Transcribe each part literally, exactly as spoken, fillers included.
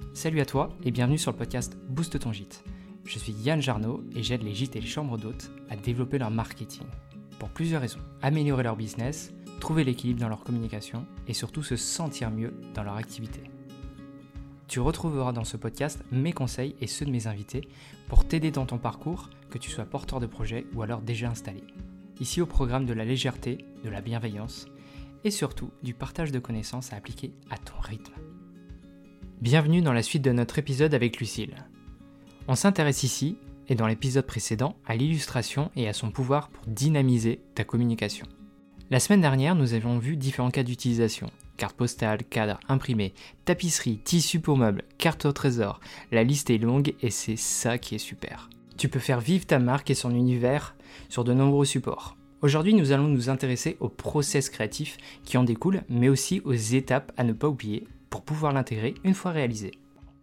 Salut à toi et bienvenue sur le podcast Booste ton gîte. Je suis Yann Jarno et j'aide les gîtes et les chambres d'hôtes à développer leur marketing. Pour plusieurs raisons. Améliorer leur business, trouver l'équilibre dans leur communication et surtout se sentir mieux dans leur activité. Tu retrouveras dans ce podcast mes conseils et ceux de mes invités pour t'aider dans ton parcours, que tu sois porteur de projet ou alors déjà installé. Ici au programme de la légèreté, de la bienveillance et surtout du partage de connaissances à appliquer à ton rythme. Bienvenue dans la suite de notre épisode avec Lucille. On s'intéresse ici, et dans l'épisode précédent, à l'illustration et à son pouvoir pour dynamiser ta communication. La semaine dernière, nous avons vu différents cas d'utilisation. Cartes postales, cadres imprimés, tapisserie, tissus pour meubles, cartes au trésor. La liste est longue et c'est ça qui est super. Tu peux faire vivre ta marque et son univers sur de nombreux supports. Aujourd'hui, nous allons nous intéresser au process créatif qui en découle, mais aussi aux étapes à ne pas oublier pour pouvoir l'intégrer une fois réalisé.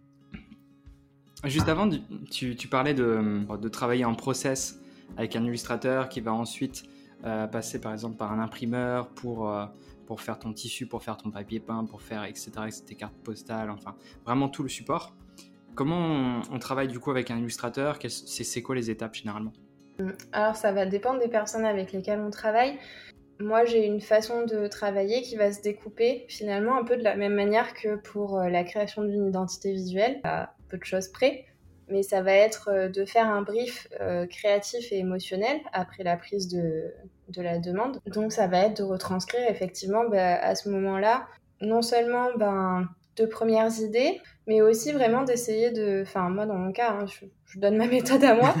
Juste avant, tu, tu parlais de, de travailler en process avec un illustrateur qui va ensuite euh, passer par exemple par un imprimeur pour, euh, pour faire ton tissu, pour faire ton papier peint, pour faire et cetera, et cetera, tes cartes postales, enfin vraiment tout le support. Comment on, on travaille du coup avec un illustrateur? c'est, c'est quoi les étapes généralement? Alors ça va dépendre des personnes avec lesquelles on travaille. Moi, j'ai une façon de travailler qui va se découper finalement un peu de la même manière que pour la création d'une identité visuelle, à peu de choses près, mais ça va être de faire un brief euh, créatif et émotionnel après la prise de, de la demande. Donc ça va être de retranscrire effectivement bah, à ce moment-là, non seulement ben, de premières idées, mais aussi vraiment d'essayer de... Enfin, moi dans mon cas, hein, je, je donne ma méthode à moi.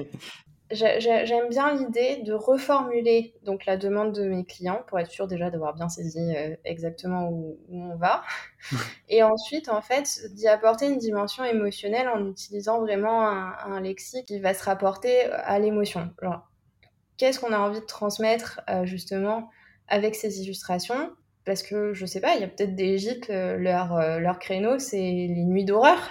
J'aime bien l'idée de reformuler donc la demande de mes clients pour être sûre déjà d'avoir bien saisi euh, exactement où, où on va. Et ensuite, en fait, d'y apporter une dimension émotionnelle en utilisant vraiment un, un lexique qui va se rapporter à l'émotion. Genre, qu'est-ce qu'on a envie de transmettre euh, justement avec ces illustrations? Parce que, je sais pas, il y a peut-être des gîtes, euh, leur, euh, leur créneau, c'est les nuits d'horreur.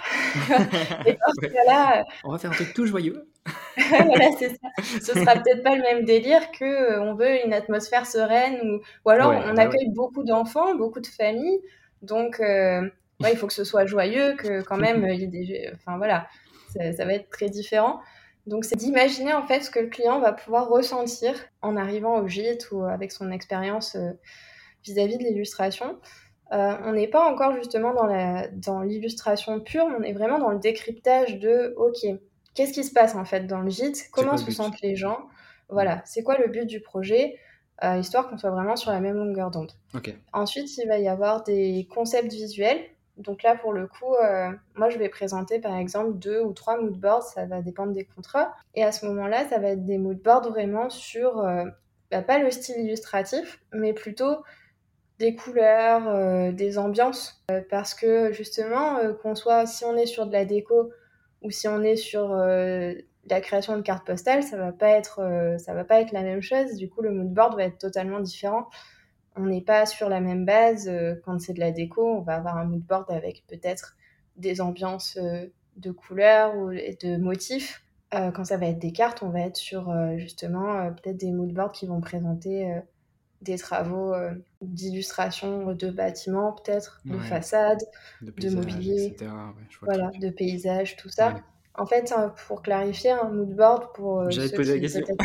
Et dans ce cas-là... On va faire un truc tout joyeux. Voilà, c'est ça. Ce sera peut-être pas le même délire que euh, on veut une atmosphère sereine ou, ou alors ouais, on bah accueille ouais. beaucoup d'enfants, beaucoup de familles, donc euh, ouais, il faut que ce soit joyeux, que quand même il y ait des, enfin voilà, ça, ça va être très différent. Donc c'est d'imaginer en fait ce que le client va pouvoir ressentir en arrivant au gîte ou avec son expérience euh, vis-à-vis de l'illustration. Euh, on n'est pas encore justement dans la dans l'illustration pure, on est vraiment dans le décryptage de ok. Qu'est-ce qui se passe en fait dans le gîte? Comment se sentent les gens? Voilà, c'est quoi le but du projet? euh, Histoire qu'on soit vraiment sur la même longueur d'onde. Okay. Ensuite, il va y avoir des concepts visuels. Donc là, pour le coup, euh, moi, je vais présenter par exemple deux ou trois moodboards, ça va dépendre des contrats. Et à ce moment-là, ça va être des moodboards vraiment sur, euh, bah, pas le style illustratif, mais plutôt des couleurs, euh, des ambiances. Euh, parce que justement, euh, qu'on soit, si on est sur de la déco, ou si on est sur euh, la création de cartes postales, ça va pas être euh, ça va pas être la même chose. Du coup, le mood board va être totalement différent. On n'est pas sur la même base. Euh, quand c'est de la déco, on va avoir un mood board avec peut-être des ambiances euh, de couleurs ou de motifs. Euh, quand ça va être des cartes, on va être sur euh, justement euh, peut-être des mood boards qui vont présenter euh, des travaux euh, d'illustration de bâtiments, peut-être, de ouais. façades, de, de mobilier, et cetera. Ouais, je vois voilà, de paysages, tout ça. Ouais. En fait, pour clarifier, un mood board, pour euh, ceux qui peut-être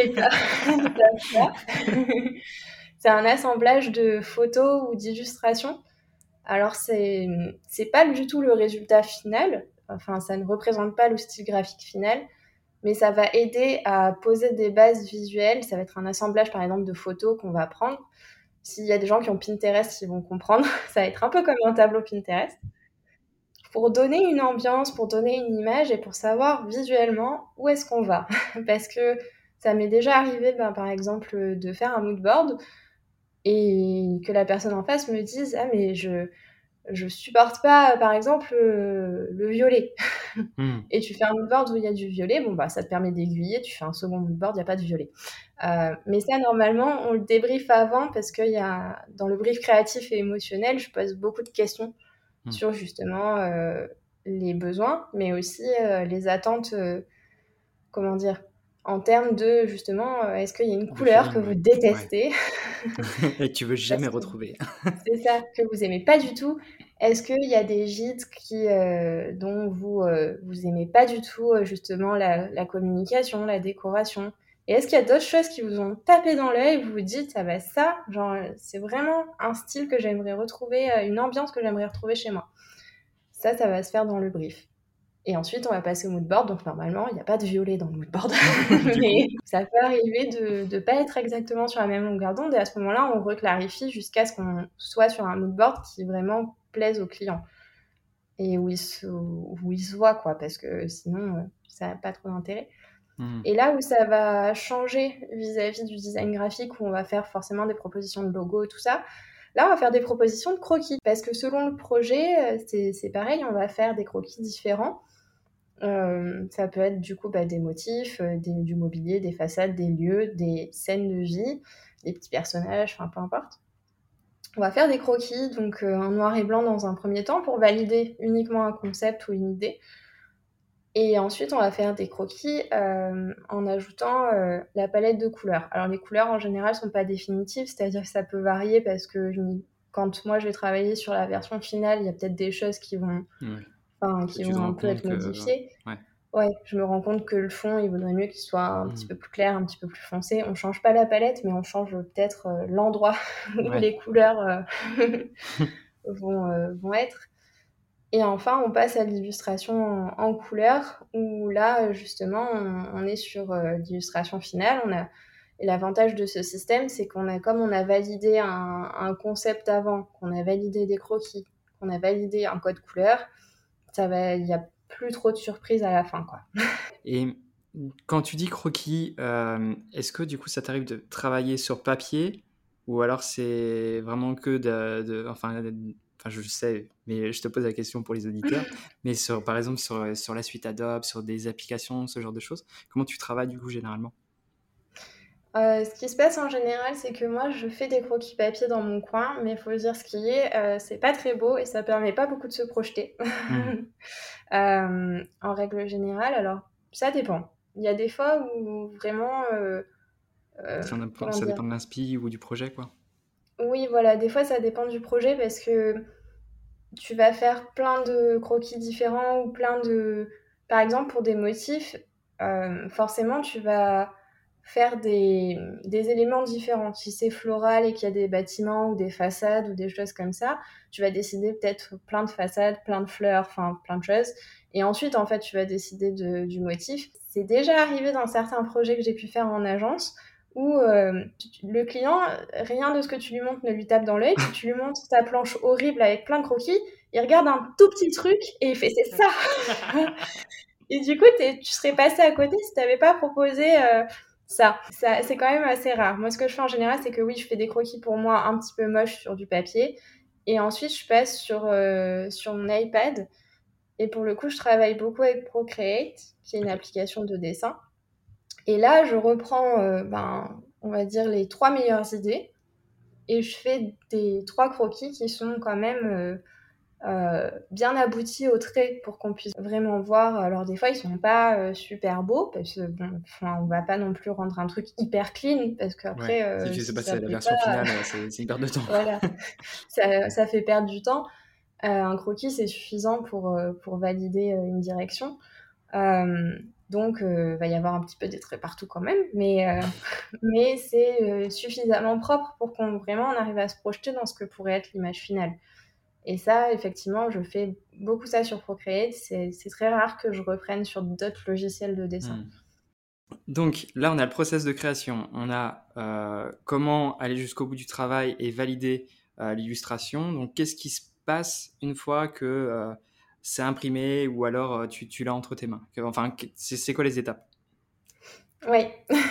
ne savent pas, c'est un assemblage de photos ou d'illustrations. Alors, c'est, c'est pas du tout le résultat final, enfin, ça ne représente pas le style graphique final, mais ça va aider à poser des bases visuelles. Ça va être un assemblage, par exemple, de photos qu'on va prendre. S'il y a des gens qui ont Pinterest, ils vont comprendre. Ça va être un peu comme un tableau Pinterest. Pour donner une ambiance, pour donner une image et pour savoir visuellement où est-ce qu'on va. Parce que ça m'est déjà arrivé, ben, par exemple, de faire un mood board et que la personne en face me dise « Ah, mais je... je supporte pas, par exemple, euh, le violet. Mm. » Et tu fais un moodboard où il y a du violet, bon, bah, ça te permet d'aiguiller, tu fais un second moodboard, il n'y a pas de violet. Euh, mais ça, normalement, on le débriefe avant parce que y a, dans le brief créatif et émotionnel, je pose beaucoup de questions mm. sur justement euh, les besoins, mais aussi euh, les attentes, euh, comment dire, en termes de, justement, euh, est-ce qu'il y a une couleur feeling, que vous ouais. détestez ouais. Et que tu veux jamais retrouver. C'est ça, que vous aimez pas du tout Est-ce qu'il y a des gîtes qui, euh, dont vous euh, vous aimez pas du tout euh, justement la, la communication, la décoration? Et est-ce qu'il y a d'autres choses qui vous ont tapé dans l'œil et vous vous dites, ah bah ça, genre, c'est vraiment un style que j'aimerais retrouver, euh, une ambiance que j'aimerais retrouver chez moi. Ça, ça va se faire dans le brief. Et ensuite, on va passer au mood board. Donc, normalement, il n'y a pas de violet dans le mood board. Mais ça peut arriver de ne pas être exactement sur la même longueur d'onde. Et à ce moment-là, on reclarifie jusqu'à ce qu'on soit sur un mood board qui vraiment plaise au client. Et où il se, où il se voit, quoi. Parce que sinon, ça n'a pas trop d'intérêt. Mmh. Et là où ça va changer vis-à-vis du design graphique, où on va faire forcément des propositions de logo et tout ça, là, on va faire des propositions de croquis. Parce que selon le projet, c'est, c'est pareil, on va faire des croquis différents. Euh, ça peut être du coup bah, des motifs, euh, des, du mobilier, des façades, des lieux, des scènes de vie, des petits personnages, enfin peu importe. On va faire des croquis, donc euh, en noir et blanc dans un premier temps pour valider uniquement un concept ou une idée. Et ensuite, on va faire des croquis euh, en ajoutant euh, la palette de couleurs. Alors les couleurs en général ne sont pas définitives, c'est-à-dire que ça peut varier parce que je, quand moi je vais travailler sur la version finale, il y a peut-être des choses qui vont... Oui. Enfin, qui vont un peu être modifiés. Que... Ouais. ouais, je me rends compte que le fond, il vaudrait mieux qu'il soit un mmh. petit peu plus clair, un petit peu plus foncé. On change pas la palette, mais on change peut-être euh, l'endroit où ouais. les couleurs euh, vont, euh, vont être. Et enfin, on passe à l'illustration en, en couleur, où là, justement, on, on est sur euh, l'illustration finale. On a... Et l'avantage de ce système, c'est qu'on a, comme on a validé un, un concept avant, qu'on a validé des croquis, qu'on a validé un code couleur, ça va, il n'y a plus trop de surprises à la fin, quoi. Et quand tu dis croquis, euh, est-ce que du coup ça t'arrive de travailler sur papier ou alors c'est vraiment que de, de enfin, de, enfin je sais, mais je te pose la question pour les auditeurs, mais sur, par exemple sur, sur la suite Adobe, sur des applications, ce genre de choses, comment tu travailles du coup généralement? Euh, ce qui se passe en général, c'est que moi, je fais des croquis papier dans mon coin, mais il faut dire ce qui est, euh, c'est pas très beau et ça permet pas beaucoup de se projeter. Mmh. euh, en règle générale, alors ça dépend. Il y a des fois où vraiment... Euh, euh, ça dépend, ça dépend de l'inspi ou du projet, quoi. Oui, voilà, des fois ça dépend du projet parce que tu vas faire plein de croquis différents ou plein de... Par exemple, pour des motifs, euh, forcément, tu vas faire des, des éléments différents. Si c'est floral et qu'il y a des bâtiments ou des façades ou des choses comme ça, tu vas décider peut-être plein de façades, plein de fleurs, enfin plein de choses. Et ensuite, en fait, tu vas décider de, du motif. C'est déjà arrivé dans certains projets que j'ai pu faire en agence où euh, le client, rien de ce que tu lui montres ne lui tape dans l'œil. Si tu lui montres ta planche horrible avec plein de croquis, il regarde un tout petit truc et il fait « c'est ça !» Et du coup, tu serais passé à côté si tu n'avais pas proposé euh, ça. ça. C'est quand même assez rare. Moi, ce que je fais en général, c'est que oui, je fais des croquis pour moi un petit peu moches sur du papier. Et ensuite, je passe sur, euh, sur mon iPad. Et pour le coup, je travaille beaucoup avec Procreate, qui est une application de dessin. Et là, je reprends, euh, ben, on va dire, les trois meilleures idées. Et je fais des trois croquis qui sont quand même... Euh, Euh, bien aboutis au trait pour qu'on puisse vraiment voir. Alors des fois ils sont pas euh, super beaux parce que bon, on va pas non plus rendre un truc hyper clean parce qu'après ouais, euh, si si pas, ça c'est la version pas, finale, c'est, c'est une perte de temps. Voilà, ça, ça fait perdre du temps. Euh, un croquis c'est suffisant pour, euh, pour valider euh, une direction. Euh, donc il euh, va y avoir un petit peu des traits partout quand même, mais, euh, mais c'est euh, suffisamment propre pour qu'on vraiment on arrive à se projeter dans ce que pourrait être l'image finale. Et ça, effectivement, je fais beaucoup ça sur Procreate. C'est, c'est très rare que je reprenne sur d'autres logiciels de dessin. Mmh. Donc là, on a le process de création. On a euh, comment aller jusqu'au bout du travail et valider euh, l'illustration. Donc, qu'est-ce qui se passe une fois que euh, c'est imprimé ou alors euh, tu, tu l'as entre tes mains? Enfin, c'est, c'est quoi les étapes? Oui.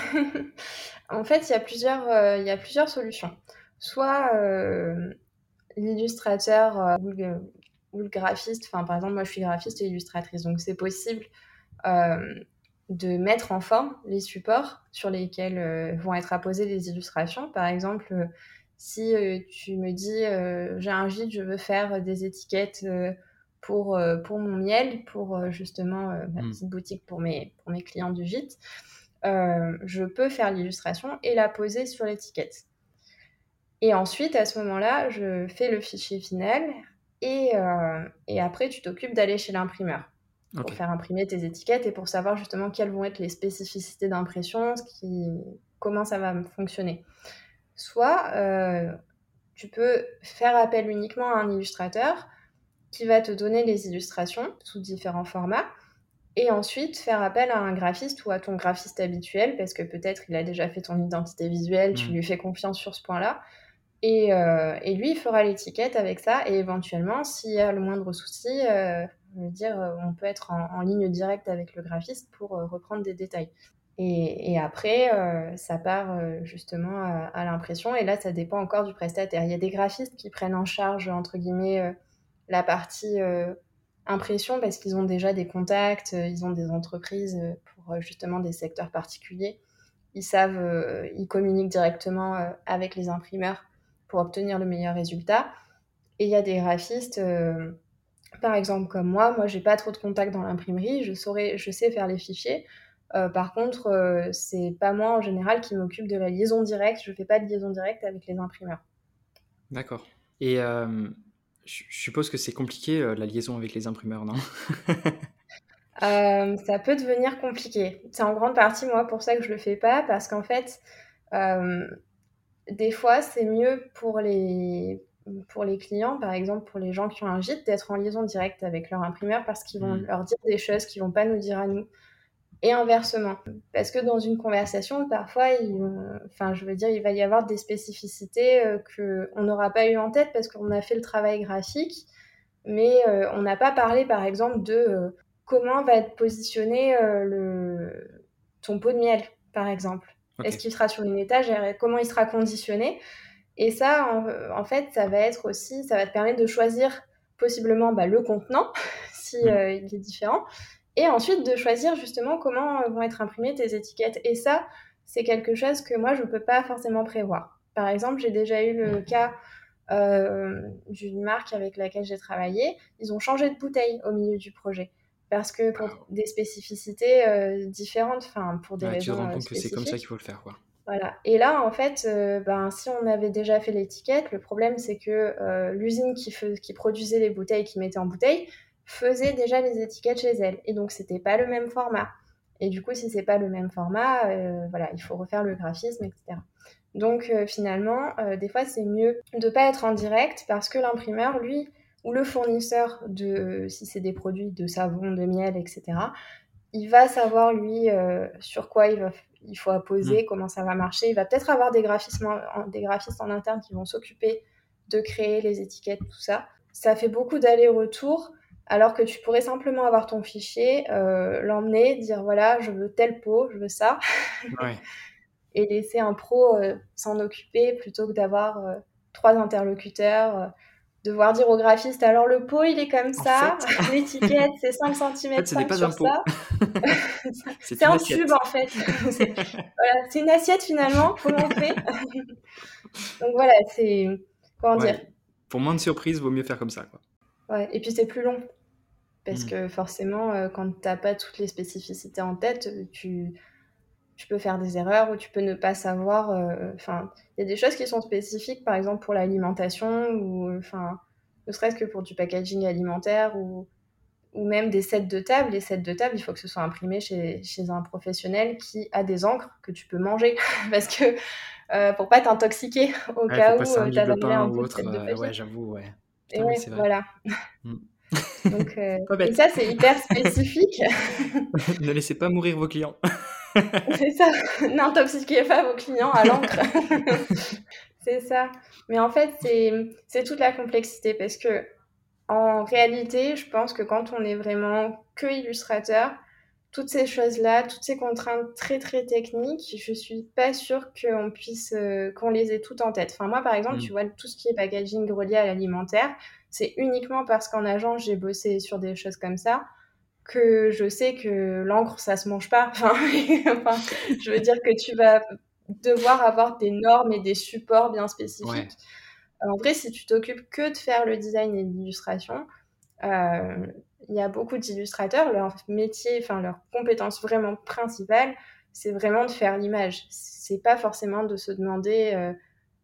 En fait, il y a plusieurs, euh, il y a plusieurs solutions. Soit euh, l'illustrateur euh, ou, le, ou le graphiste, enfin par exemple moi je suis graphiste et illustratrice, donc c'est possible euh, de mettre en forme les supports sur lesquels euh, vont être apposées les illustrations. Par exemple, euh, si euh, tu me dis euh, j'ai un gîte, je veux faire des étiquettes euh, pour, euh, pour mon miel, pour euh, justement euh, ma mmh. petite boutique pour mes, pour mes clients du gîte, euh, je peux faire l'illustration et la poser sur l'étiquette. Et ensuite, à ce moment-là, je fais le fichier final Et, euh, et après, tu t'occupes d'aller chez l'imprimeur pour okay. faire imprimer tes étiquettes et pour savoir justement quelles vont être les spécificités d'impression, ce qui, comment ça va fonctionner. Soit euh, tu peux faire appel uniquement à un illustrateur qui va te donner les illustrations sous différents formats et ensuite faire appel à un graphiste ou à ton graphiste habituel parce que peut-être il a déjà fait ton identité visuelle, mmh. tu lui fais confiance sur ce point-là. Et, euh, et lui, il fera l'étiquette avec ça. Et éventuellement, s'il y a le moindre souci, euh, je veux dire, on peut être en, en ligne directe avec le graphiste pour euh, reprendre des détails. Et, et après, euh, ça part euh, justement à, à l'impression. Et là, ça dépend encore du prestataire. Il y a des graphistes qui prennent en charge, entre guillemets, euh, la partie euh, impression parce qu'ils ont déjà des contacts, euh, ils ont des entreprises euh, pour euh, justement des secteurs particuliers. Ils savent, euh, ils communiquent directement euh, avec les imprimeurs pour obtenir le meilleur résultat. Et il y a des graphistes, euh, par exemple comme moi, moi j'ai pas trop de contacts dans l'imprimerie, je, saurais, je sais faire les fichiers. Euh, par contre, euh, c'est pas moi en général qui m'occupe de la liaison directe, je fais pas de liaison directe avec les imprimeurs. D'accord. Et euh, je suppose que c'est compliqué euh, la liaison avec les imprimeurs, non? euh, Ça peut devenir compliqué. C'est en grande partie moi pour ça que je le fais pas, parce qu'en fait, euh, des fois c'est mieux pour les pour les clients, par exemple pour les gens qui ont un gîte, d'être en liaison directe avec leur imprimeur parce qu'ils vont mmh. leur dire des choses qu'ils vont pas nous dire à nous. Et inversement. Parce que dans une conversation, parfois, il, enfin, je veux dire, il va y avoir des spécificités euh, qu'on n'aura pas eu en tête parce qu'on a fait le travail graphique, mais euh, on n'a pas parlé, par exemple, de euh, comment va être positionné euh, le... ton pot de miel, par exemple. Okay. Est-ce qu'il sera sur une étagère? Comment il sera conditionné? Et ça, en, en fait, ça va être aussi, ça va te permettre de choisir possiblement bah, le contenant, si mmh. euh, il est différent, et ensuite de choisir justement comment vont être imprimées tes étiquettes. Et ça, c'est quelque chose que moi, je ne peux pas forcément prévoir. Par exemple, j'ai déjà eu le cas euh, d'une marque avec laquelle j'ai travaillé. Ils ont changé de bouteille au milieu du projet. Parce que pour wow. des spécificités euh, différentes, enfin pour des ouais, raisons tu te rends compte spécifiques. Que c'est comme ça qu'il faut le faire, quoi. Voilà. Et là, en fait, euh, ben, si on avait déjà fait l'étiquette, le problème, c'est que euh, l'usine qui, fe- qui produisait les bouteilles, qui mettait en bouteille, faisait déjà les étiquettes chez elle. Et donc, c'était pas le même format. Et du coup, si c'est pas le même format, euh, voilà, il faut refaire le graphisme, et cetera. Donc, euh, finalement, euh, des fois, c'est mieux de pas être en direct parce que l'imprimeur, lui, ou le fournisseur, de, si c'est des produits de savon, de miel, et cetera, il va savoir, lui, euh, sur quoi il, va, il faut apposer, mmh. comment ça va marcher. Il va peut-être avoir des, en, des graphistes en interne qui vont s'occuper de créer les étiquettes, tout ça. Ça fait beaucoup d'allers-retours, alors que tu pourrais simplement avoir ton fichier, euh, l'emmener, dire voilà, je veux tel pot, je veux ça. Ouais. Et laisser un pro euh, s'en occuper plutôt que d'avoir euh, trois interlocuteurs. Euh, devoir dire au graphiste, alors le pot, il est comme ça, en fait... l'étiquette, c'est cinq centimètres cinq en fait, sur ça. c'est, c'est un assiette. Tube, en fait. c'est, voilà, c'est une assiette, finalement. Comment on fait? Donc, voilà, c'est... Comment ouais. dire? Pour moins de surprises, vaut mieux faire comme ça, quoi. Ouais, et puis, c'est plus long. Parce mmh. que, forcément, euh, quand tu n'as pas toutes les spécificités en tête, tu... tu peux faire des erreurs ou tu peux ne pas savoir. Enfin, euh, il y a des choses qui sont spécifiques, par exemple pour l'alimentation ou enfin, ne serait-ce que pour du packaging alimentaire ou, ou même des sets de table. Les sets de table, il faut que ce soit imprimé chez, chez un professionnel qui a des encres que tu peux manger parce que euh, pour pas t'intoxiquer au ouais, cas où euh, tu avales un ou peu autre, de papier. Euh, ouais, j'avoue, ouais. Putain, et ouais, c'est vrai. Voilà. Mm. Donc, euh, et ça, c'est hyper spécifique. Ne laissez pas mourir vos clients. C'est ça. N'intoxiquez pas vos clients à l'encre. C'est ça. Mais en fait, c'est, c'est toute la complexité parce que, en réalité, je pense que quand on est vraiment que illustrateur, toutes ces choses-là, toutes ces contraintes très très techniques, je suis pas sûre qu'on puisse, euh, qu'on les ait toutes en tête. Enfin, moi, par exemple, mmh. tu vois, tout ce qui est packaging relié à l'alimentaire, c'est uniquement parce qu'en agence, j'ai bossé sur des choses comme ça que je sais que l'encre, ça se mange pas. Enfin, enfin, je veux dire que tu vas devoir avoir des normes et des supports bien spécifiques. Ouais. En vrai, si tu t'occupes que de faire le design et l'illustration, euh, il y a beaucoup d'illustrateurs, leur métier, enfin leur compétence vraiment principale, c'est vraiment de faire l'image. C'est pas forcément de se demander euh,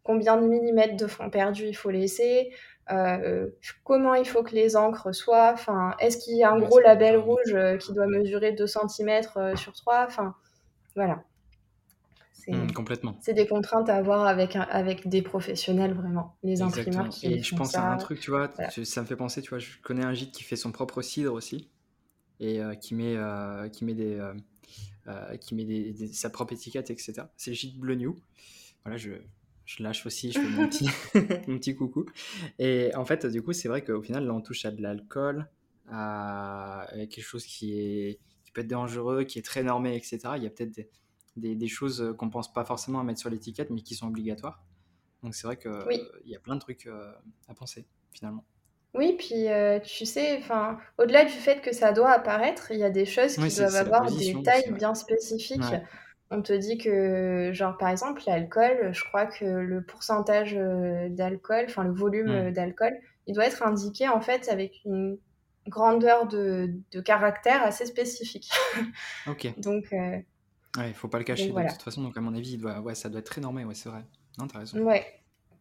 combien de millimètres de fond perdu il faut laisser, euh, comment il faut que les encres soient, enfin, est-ce qu'il y a un ouais, gros label rouge euh, qui doit mesurer deux centimètres euh, sur trois, enfin, voilà. C'est, mmh, complètement. C'est des contraintes à avoir avec, un, avec des professionnels, vraiment, les Exactement. imprimeurs qui Et font je pense ça. à un truc, tu vois, Voilà. ça me fait penser, tu vois, je connais un gîte qui fait son propre cidre aussi, et euh, qui met, euh, qui met, des, euh, euh, qui met des, des, sa propre étiquette, et cetera. C'est le gîte Bleu New. Voilà, je, je lâche aussi, je fais mon petit, mon petit coucou. Et en fait, du coup, c'est vrai qu'au final, là, on touche à de l'alcool, à quelque chose qui, est, qui peut être dangereux, qui est très normé, et cetera. Il y a peut-être des, des, des choses qu'on ne pense pas forcément à mettre sur l'étiquette, mais qui sont obligatoires. Donc c'est vrai qu'il oui. euh, y a plein de trucs euh, à penser, finalement. Oui, puis euh, tu sais, enfin, au-delà du fait que ça doit apparaître, il y a des choses qui Oui, c'est, doivent c'est la avoir des position tailles aussi, ouais. bien spécifiques. Ouais. On te dit que, genre, par exemple, l'alcool, je crois que le pourcentage euh, d'alcool, enfin, le volume euh, Mm. d'alcool, il doit être indiqué, en fait, avec une grandeur de, de caractère assez spécifique. Ok. Donc, euh, Ouais, il faut pas le cacher donc de voilà. toute façon, donc à mon avis, il doit, ouais, ça doit être très normé, ouais, c'est vrai. Non, t'as raison. Ouais.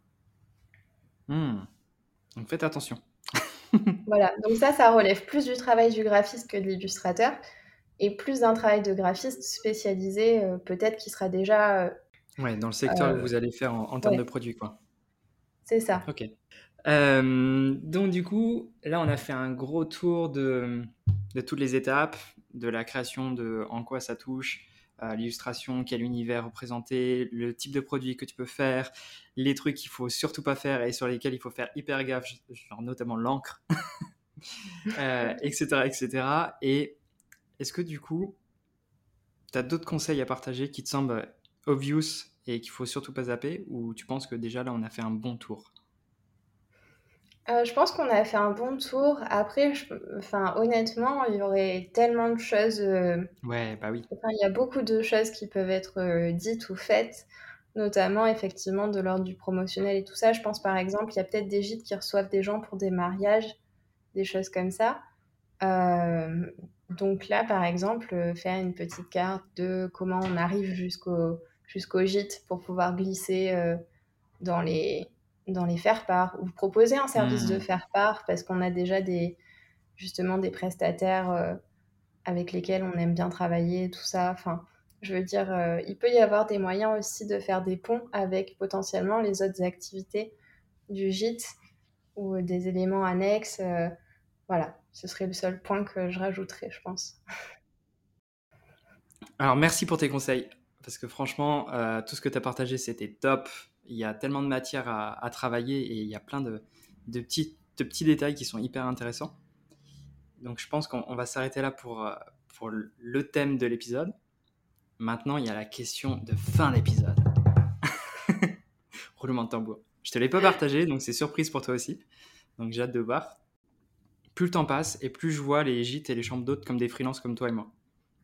Mm. Donc faites attention. Voilà. Donc ça, ça relève plus du travail du graphiste que de l'illustrateur. Et plus d'un travail de graphiste spécialisé, euh, peut-être qui sera déjà... Euh, Ouais, dans le secteur que vous allez faire en, en termes ouais, de produits, quoi. c'est ça. Ok. Euh, donc du coup, là, on a fait un gros tour de, de toutes les étapes, de la création, de en quoi ça touche, euh, l'illustration, quel univers représenter, le type de produit que tu peux faire, les trucs qu'il faut surtout pas faire et sur lesquels il faut faire hyper gaffe, genre notamment l'encre, euh, et cetera, et cetera. Et est-ce que du coup, tu as d'autres conseils à partager qui te semblent obvious et qu'il faut surtout pas zapper, ou tu penses que déjà là, on a fait un bon tour? Euh, je pense qu'on a fait un bon tour. Après, je... enfin, honnêtement, il y aurait tellement de choses. euh, Ouais, bah oui. Enfin, il y a beaucoup de choses qui peuvent être euh, dites ou faites, notamment effectivement de l'ordre du promotionnel et tout ça. Je pense par exemple, il y a peut-être des gîtes qui reçoivent des gens pour des mariages, des choses comme ça. Euh, donc là, par exemple, euh, faire une petite carte de comment on arrive jusqu'au jusqu'au gîte pour pouvoir glisser euh, dans les dans les faire-part, ou proposer un service de Hmm. faire-part parce qu'on a déjà des justement des prestataires euh, avec lesquels on aime bien travailler, tout ça. Enfin, je veux dire, euh, il peut y avoir des moyens aussi de faire des ponts avec potentiellement les autres activités du gîte ou des éléments annexes. euh, voilà, ce serait le seul point que je rajouterais, je pense. Alors, merci pour tes conseils, parce que franchement, euh, tout ce que tu as partagé, c'était top. Il y a tellement de matière à, à travailler et il y a plein de, de, petits, de petits détails qui sont hyper intéressants. Donc, je pense qu'on on va s'arrêter là pour, euh, pour le thème de l'épisode. Maintenant, il y a la question de fin d'épisode. Roulement de tambour. Je te l'ai pas partagé, donc c'est surprise pour toi aussi. Donc, j'ai hâte de voir. Plus le temps passe et plus je vois les gîtes et les chambres d'hôtes comme des freelances comme toi et moi.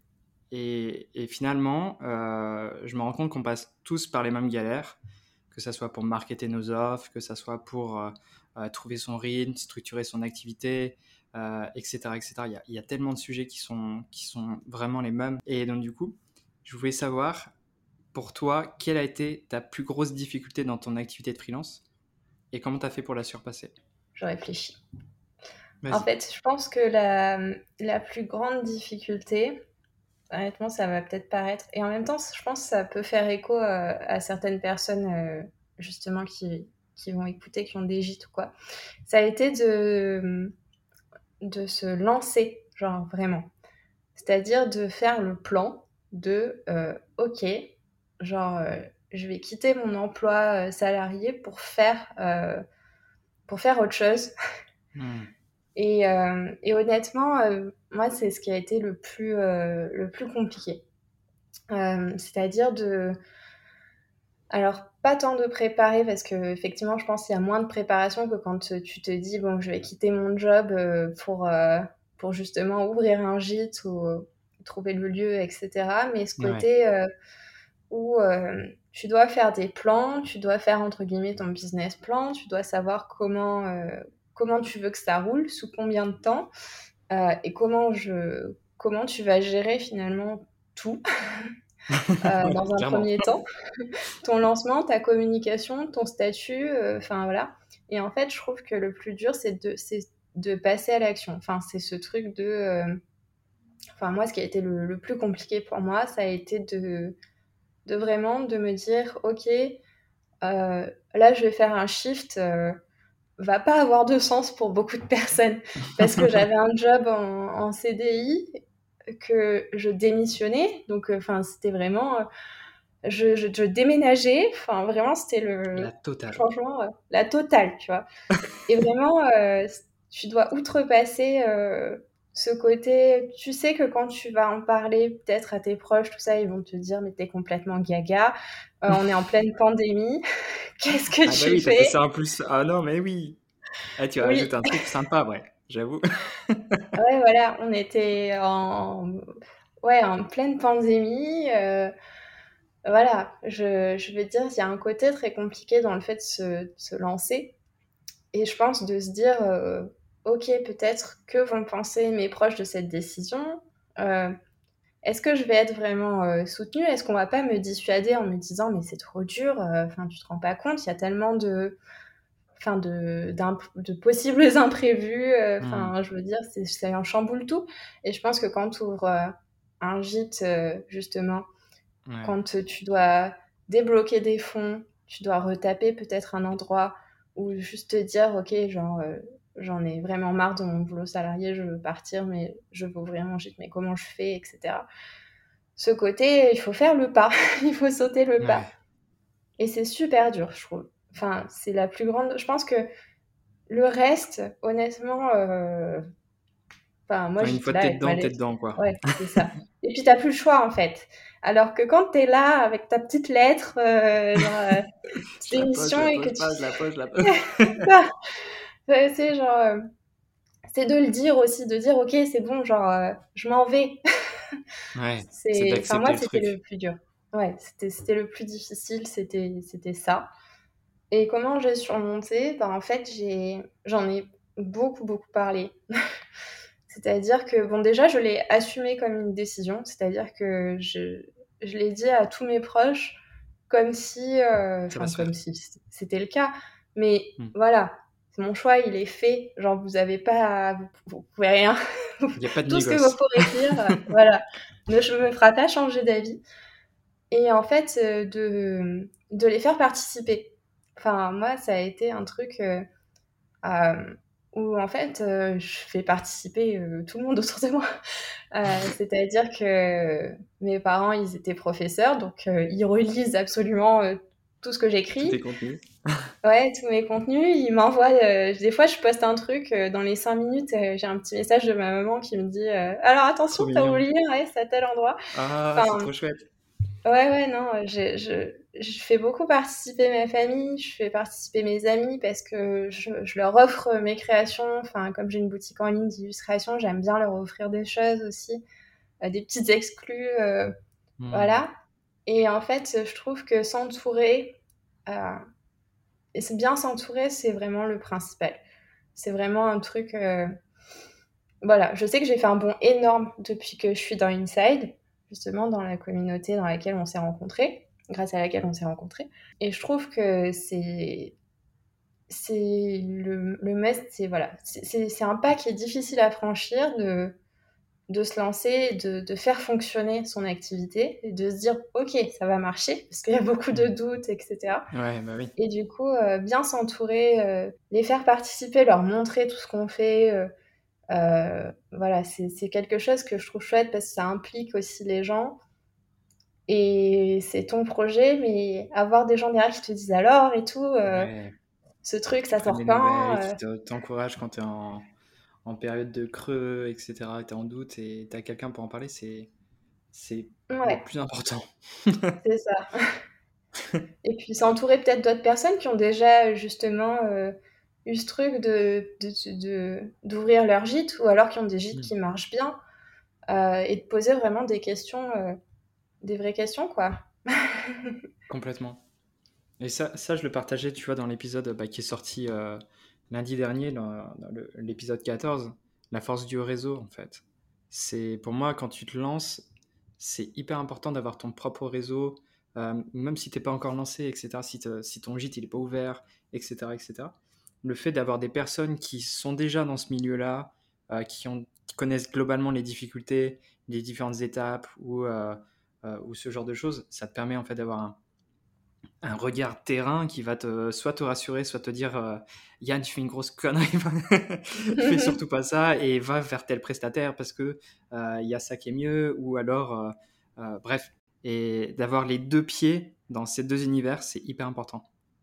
Et, et finalement, euh, je me rends compte qu'on passe tous par les mêmes galères, que ça soit pour marketer nos offres, que ça soit pour euh, euh, trouver son rythme, structurer son activité, euh, et cetera, et cetera. Il y a, il y a tellement de sujets qui sont, qui sont vraiment les mêmes. Et donc du coup, je voulais savoir, pour toi, quelle a été ta plus grosse difficulté dans ton activité de freelance et comment tu as fait pour la surpasser? Je réfléchis. En Vas-y. fait, je pense que la, la plus grande difficulté, honnêtement, ça va peut-être paraître, et en même temps, je pense que ça peut faire écho euh, à certaines personnes, euh, justement, qui, qui vont écouter, qui ont des gîtes ou quoi. Ça a été de, de se lancer, genre vraiment. C'est-à-dire de faire le plan de, euh, ok, genre, euh, je vais quitter mon emploi euh, salarié pour faire, euh, pour faire autre chose. Hmm. Et, euh, et honnêtement, euh, moi, c'est ce qui a été le plus, euh, le plus compliqué. Euh, c'est-à-dire de... Alors, pas tant de préparer, parce que effectivement, je pense qu'il y a moins de préparation que quand tu te dis, bon, je vais quitter mon job euh, pour, euh, pour justement ouvrir un gîte ou euh, trouver le lieu, et cetera. Mais ce Ouais. côté euh, où euh, tu dois faire des plans, tu dois faire, entre guillemets, ton business plan, tu dois savoir comment, euh, comment tu veux que ça roule, sous combien de temps, euh, et comment, je, comment tu vas gérer finalement tout. euh, dans un premier temps. Ton lancement, ta communication, ton statut, enfin euh, voilà. Et en fait, je trouve que le plus dur, c'est de, c'est de passer à l'action. Enfin, c'est ce truc de... Euh... Enfin, moi, ce qui a été le, le plus compliqué pour moi, ça a été de, de vraiment de me dire, OK, euh, là, je vais faire un shift... Euh, va pas avoir de sens pour beaucoup de personnes parce que j'avais un job en, en C D I que je démissionnais, donc enfin euh, c'était vraiment euh, je, je, je déménageais, enfin vraiment c'était le la totale changement euh, la totale, tu vois. Et vraiment euh, tu dois outrepasser euh, ce côté, tu sais que quand tu vas en parler peut-être à tes proches, tout ça, ils vont te dire mais t'es complètement gaga, euh, on est en pleine pandémie, qu'est-ce que ah tu bah oui, fais? t'as passé un plus, ah non mais oui, ah, tu oui. rajoutes un truc sympa, ouais, j'avoue. Ouais, voilà, on était en, ouais, en pleine pandémie. Euh, voilà, je, je vais dire, il y a un côté très compliqué dans le fait de se, de se lancer. Et je pense de se dire, euh, ok, peut-être que vont penser mes proches de cette décision. Euh, est-ce que je vais être vraiment euh, soutenue? Est-ce qu'on va pas me dissuader en me disant, mais c'est trop dur, enfin, tu te rends pas compte, il y a tellement de enfin de, de possibles imprévus, enfin euh, mmh. je veux dire, c'est, c'est un chamboule tout. Et je pense que quand tu ouvres euh, un gîte, euh, justement, ouais. Quand tu dois débloquer des fonds, tu dois retaper peut-être un endroit ou juste te dire, ok, genre, euh, j'en ai vraiment marre de mon boulot salarié, je veux partir, mais je veux ouvrir mon gîte, mais comment je fais, et cetera. Ce côté, il faut faire le pas, il faut sauter le ouais. pas. Et c'est super dur, je trouve. Enfin, c'est la plus grande... Je pense que le reste, honnêtement, euh... enfin, moi, enfin, une fois que t'es dedans, t'es dedans, quoi. Ouais, c'est ça. Et puis, t'as plus le choix, en fait. Alors que quand t'es là, avec ta petite lettre, euh, genre, euh, petite émission, et que tu... Pas, je la pose, je la pose. c'est, c'est genre... Euh... C'est de le dire aussi, de dire, ok, c'est bon, genre, euh, je m'en vais. Ouais, c'est... c'est d'accepter enfin, moi, le c'était truc. le plus dur. Ouais, c'était, c'était le plus difficile, c'était, c'était ça. Et comment j'ai surmonté? Ben, en fait, j'ai... j'en ai beaucoup, beaucoup parlé. C'est-à-dire que, bon, déjà, je l'ai assumé comme une décision. C'est-à-dire que je, je l'ai dit à tous mes proches comme si... Euh... Enfin, comme si c'était le cas. Mais hmm. voilà, mon choix, il est fait. Genre, vous avez pas... Vous, vous pouvez rien. Il n'y a pas de Tout négoce. ce que vous pourrez dire, voilà, ne me fera pas changer d'avis. Et en fait, euh, de, de les faire participer. Enfin, moi, ça a été un truc euh, euh, où, en fait, euh, je fais participer euh, tout le monde autour de moi. Euh, c'est-à-dire que mes parents, ils étaient professeurs, donc euh, ils relisent absolument euh, tout ce que j'écris. Tous tes contenus. Ouais, tous mes contenus. Ils m'envoient... Euh, des fois, je poste un truc, euh, dans les cinq minutes, euh, j'ai un petit message de ma maman qui me dit euh, « Alors, attention, t'as oublié, ouais, c'est à tel endroit. » Ah, enfin, c'est trop chouette. Ouais, ouais, non, je, je, je fais beaucoup participer ma famille, je fais participer mes amis parce que je, je leur offre mes créations. Enfin, comme j'ai une boutique en ligne d'illustration, j'aime bien leur offrir des choses aussi, euh, des petites exclus, euh, mmh. Voilà. Et en fait, je trouve que s'entourer, euh, et c'est bien s'entourer, c'est vraiment le principal. C'est vraiment un truc... Euh, voilà, je sais que j'ai fait un bond énorme depuis que je suis dans Inside, justement dans la communauté dans laquelle on s'est rencontrés, grâce à laquelle on s'est rencontrés. Et je trouve que c'est, c'est le, le must, c'est voilà, c'est, c'est, c'est un pas qui est difficile à franchir, de, de se lancer, de, de faire fonctionner son activité, et de se dire ok, ça va marcher, parce qu'il y a beaucoup de doutes, et cetera. Ouais, bah oui. Et du coup, euh, bien s'entourer, euh, les faire participer, leur montrer tout ce qu'on fait. Euh, Euh, voilà, c'est, c'est quelque chose que je trouve chouette parce que ça implique aussi les gens et c'est ton projet, mais avoir des gens derrière qui te disent alors et tout, euh, ouais. Ce truc, qui ça sort quand euh... Qui t'encourage quand t'es en, en période de creux, et cetera, t'es en doute et t'as quelqu'un pour en parler, c'est, c'est ouais. Le plus important. C'est ça. Et puis s'entourer peut-être d'autres personnes qui ont déjà justement... Euh, eu ce truc de, de, de, d'ouvrir leur gîte ou alors qui ont des gîtes mmh. qui marchent bien euh, et de poser vraiment des questions, euh, des vraies questions, quoi. Complètement. Et ça, ça, je le partageais, tu vois, dans l'épisode bah, qui est sorti euh, lundi dernier, dans, dans le, l'épisode quatorze, la force du réseau, en fait. C'est, pour moi, quand tu te lances, c'est hyper important d'avoir ton propre réseau, euh, même si tu n'es pas encore lancé, et cetera, si, si ton gîte n'est pas ouvert, et cetera, et cetera. Le fait d'avoir des personnes qui sont déjà dans ce milieu-là, euh, qui, ont, qui connaissent globalement les difficultés, les différentes étapes ou, euh, euh, ou ce genre de choses, ça te permet en fait d'avoir un, un regard terrain qui va te, soit te rassurer, soit te dire euh, Yann, tu fais une grosse connerie, fais surtout pas ça et va vers tel prestataire parce que il euh, y a ça qui est mieux, ou alors euh, euh, bref, et d'avoir les deux pieds dans ces deux univers, c'est hyper important.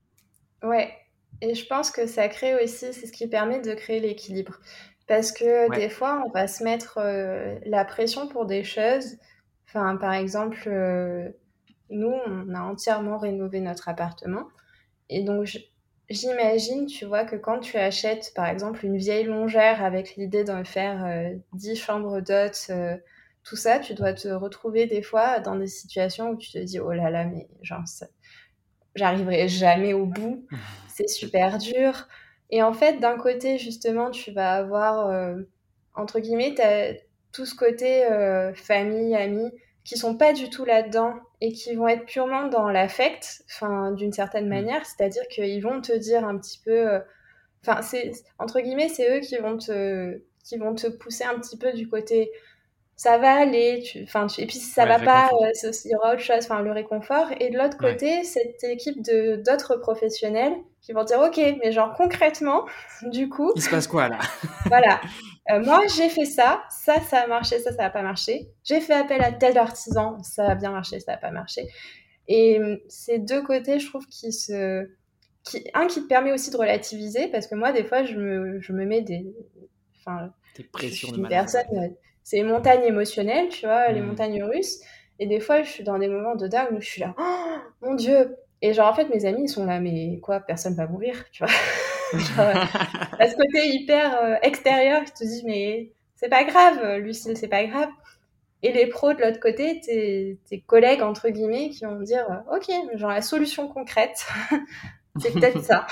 Ouais, et je pense que ça crée aussi, c'est ce qui permet de créer l'équilibre, parce que ouais. Des fois on va se mettre euh, la pression pour des choses, enfin par exemple euh, nous, on a entièrement rénové notre appartement. Et donc, j'imagine, tu vois, que quand tu achètes, par exemple, une vieille longère avec l'idée d'en faire euh, dix chambres d'hôtes, euh, tout ça, tu dois te retrouver des fois dans des situations où tu te dis, oh là là, mais genre, ça, j'arriverai jamais au bout, c'est super dur. Et en fait, d'un côté, justement, tu vas avoir, euh, entre guillemets, t'as tout ce côté euh, famille, amis, qui sont pas du tout là-dedans et qui vont être purement dans l'affect, enfin d'une certaine manière, mmh. C'est-à-dire qu'ils vont te dire un petit peu, enfin euh, c'est entre guillemets, c'est eux qui vont te qui vont te pousser un petit peu du côté ça va aller, enfin tu, et puis si ça ouais, va pas, euh, il y aura autre chose, enfin le réconfort. Et de l'autre côté, ouais. Cette équipe de d'autres professionnels qui vont dire ok, mais genre concrètement, du coup, il se passe quoi là? Voilà. Euh, moi, j'ai fait ça, ça, ça a marché, ça, ça n'a pas marché. J'ai fait appel à tel artisan, ça a bien marché, ça n'a pas marché. Et ces deux côtés, je trouve, qui se... Qui... Un qui te permet aussi de relativiser, parce que moi, des fois, je me, je me mets des... Enfin, des pressions je suis de une personne... Ouais. C'est les montagnes émotionnelles, tu vois, mmh. Les montagnes russes. Et des fois, je suis dans des moments de dingue où je suis là, oh, mon Dieu. Et genre, en fait, mes amis, ils sont là, mais quoi, personne va mourir, tu vois. Genre, à ce côté hyper euh, extérieur qui te dit mais c'est pas grave Lucille, c'est pas grave. Et les pros de l'autre côté, tes, tes collègues entre guillemets qui vont me dire ok, genre la solution concrète c'est peut-être ça.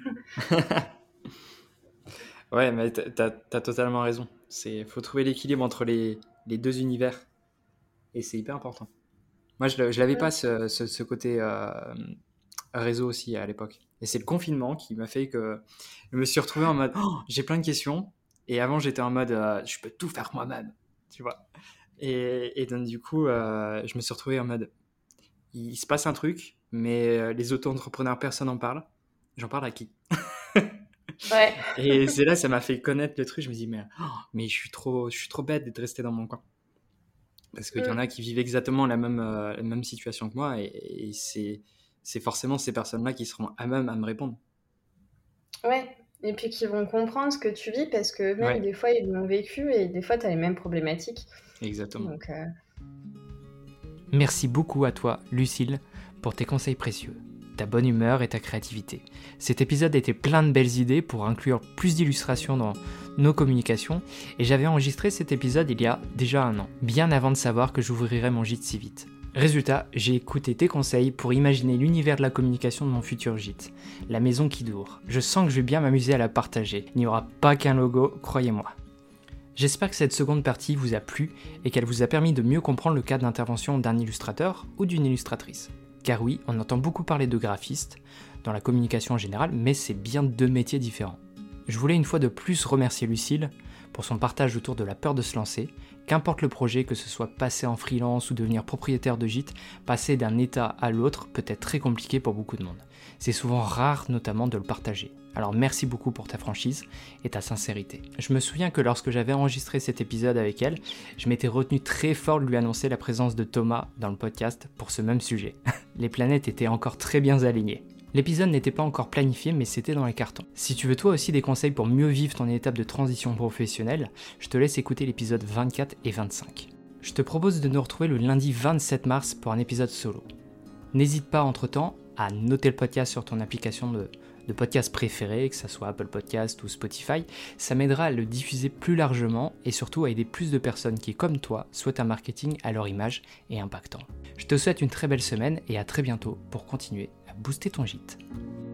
Ouais, mais t'as, t'as totalement raison. C'est faut trouver l'équilibre entre les, les deux univers et c'est hyper important. Moi je, je l'avais ouais. pas ce, ce, ce côté euh, réseau aussi à l'époque. Et c'est le confinement qui m'a fait que je me suis retrouvé en mode oh, j'ai plein de questions. Et avant, j'étais en mode euh, je peux tout faire moi-même, tu vois. Et, et donc, du coup, euh, je me suis retrouvé en mode il, il se passe un truc, mais les auto-entrepreneurs, personne n'en parle. J'en parle à qui? Ouais. Et c'est là, ça m'a fait connaître le truc. Je me dis mais, oh, mais je suis trop, je suis trop bête d'être resté dans mon coin. Parce qu'il mm. y en a qui vivent exactement la même, euh, la même situation que moi. Et, et c'est. c'est forcément ces personnes-là qui seront à même à me répondre. Ouais, et puis qui vont comprendre ce que tu vis parce que même ouais. Des fois, ils l'ont vécu et des fois, tu as les mêmes problématiques. Exactement. Donc, euh... Merci beaucoup à toi, Lucille, pour tes conseils précieux, ta bonne humeur et ta créativité. Cet épisode était plein de belles idées pour inclure plus d'illustrations dans nos communications et j'avais enregistré cet épisode il y a déjà un an, bien avant de savoir que j'ouvrirais mon gîte si vite. Résultat, j'ai écouté tes conseils pour imaginer l'univers de la communication de mon futur gîte, la maison qui dure. Je sens que je vais bien m'amuser à la partager. Il n'y aura pas qu'un logo, croyez-moi. J'espère que cette seconde partie vous a plu et qu'elle vous a permis de mieux comprendre le cadre d'intervention d'un illustrateur ou d'une illustratrice. Car oui, on entend beaucoup parler de graphiste dans la communication en général, mais c'est bien deux métiers différents. Je voulais une fois de plus remercier Lucille pour son partage autour de la peur de se lancer. Qu'importe le projet, que ce soit passer en freelance ou devenir propriétaire de gîte, passer d'un état à l'autre peut être très compliqué pour beaucoup de monde. C'est souvent rare notamment de le partager. Alors merci beaucoup pour ta franchise et ta sincérité. Je me souviens que lorsque j'avais enregistré cet épisode avec elle, je m'étais retenu très fort de lui annoncer la présence de Thomas dans le podcast pour ce même sujet. Les planètes étaient encore très bien alignées. L'épisode n'était pas encore planifié, mais c'était dans les cartons. Si tu veux toi aussi des conseils pour mieux vivre ton étape de transition professionnelle, je te laisse écouter l'épisode vingt-quatre et vingt-cinq. Je te propose de nous retrouver le lundi vingt-sept mars pour un épisode solo. N'hésite pas entre-temps à noter le podcast sur ton application de, de podcast préférée, que ce soit Apple Podcast ou Spotify. Ça m'aidera à le diffuser plus largement et surtout à aider plus de personnes qui, comme toi, souhaitent un marketing à leur image et impactant. Je te souhaite une très belle semaine et à très bientôt pour continuer à booster ton gîte.